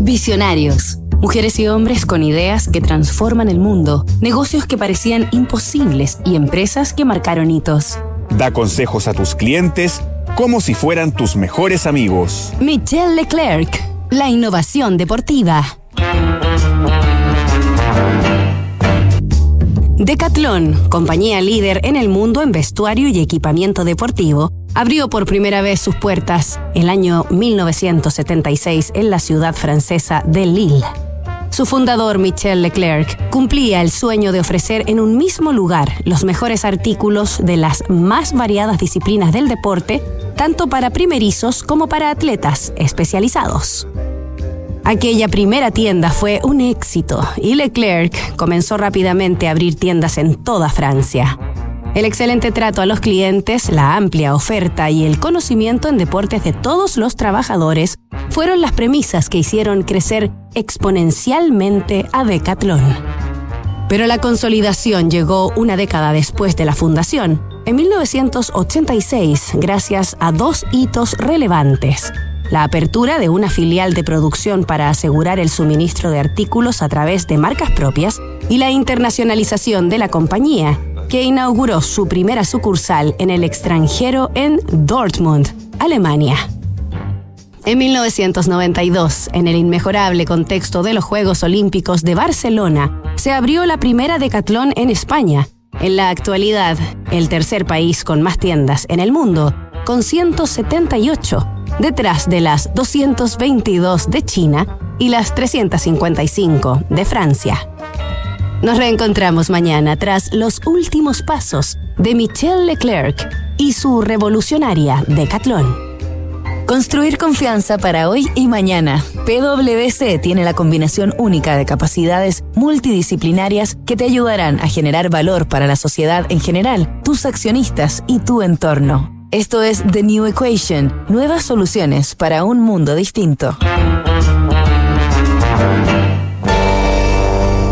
Visionarios. Mujeres y hombres con ideas que transforman el mundo, negocios que parecían imposibles y empresas que marcaron hitos. Da consejos a tus clientes como si fueran tus mejores amigos. Michelle Leclerc, la innovación deportiva. Decathlon, compañía líder en el mundo en vestuario y equipamiento deportivo, abrió por primera vez sus puertas el año 1976 en la ciudad francesa de Lille. Su fundador, Michel Leclerc, cumplía el sueño de ofrecer en un mismo lugar los mejores artículos de las más variadas disciplinas del deporte, tanto para primerizos como para atletas especializados. Aquella primera tienda fue un éxito y Leclerc comenzó rápidamente a abrir tiendas en toda Francia. El excelente trato a los clientes, la amplia oferta y el conocimiento en deportes de todos los trabajadores fueron las premisas que hicieron crecer exponencialmente a Decathlon. Pero la consolidación llegó una década después de la fundación, en 1986, gracias a dos hitos relevantes: la apertura de una filial de producción para asegurar el suministro de artículos a través de marcas propias y la internacionalización de la compañía, que inauguró su primera sucursal en el extranjero en Dortmund, Alemania. En 1992, en el inmejorable contexto de los Juegos Olímpicos de Barcelona, se abrió la primera Decathlon en España. En la actualidad, el tercer país con más tiendas en el mundo, con 178, detrás de las 222 de China y las 355 de Francia. Nos reencontramos mañana tras los últimos pasos de Michelle Leclerc y su revolucionaria Decathlon. Construir confianza para hoy y mañana. PwC tiene la combinación única de capacidades multidisciplinarias que te ayudarán a generar valor para la sociedad en general, tus accionistas y tu entorno. Esto es The New Equation, nuevas soluciones para un mundo distinto.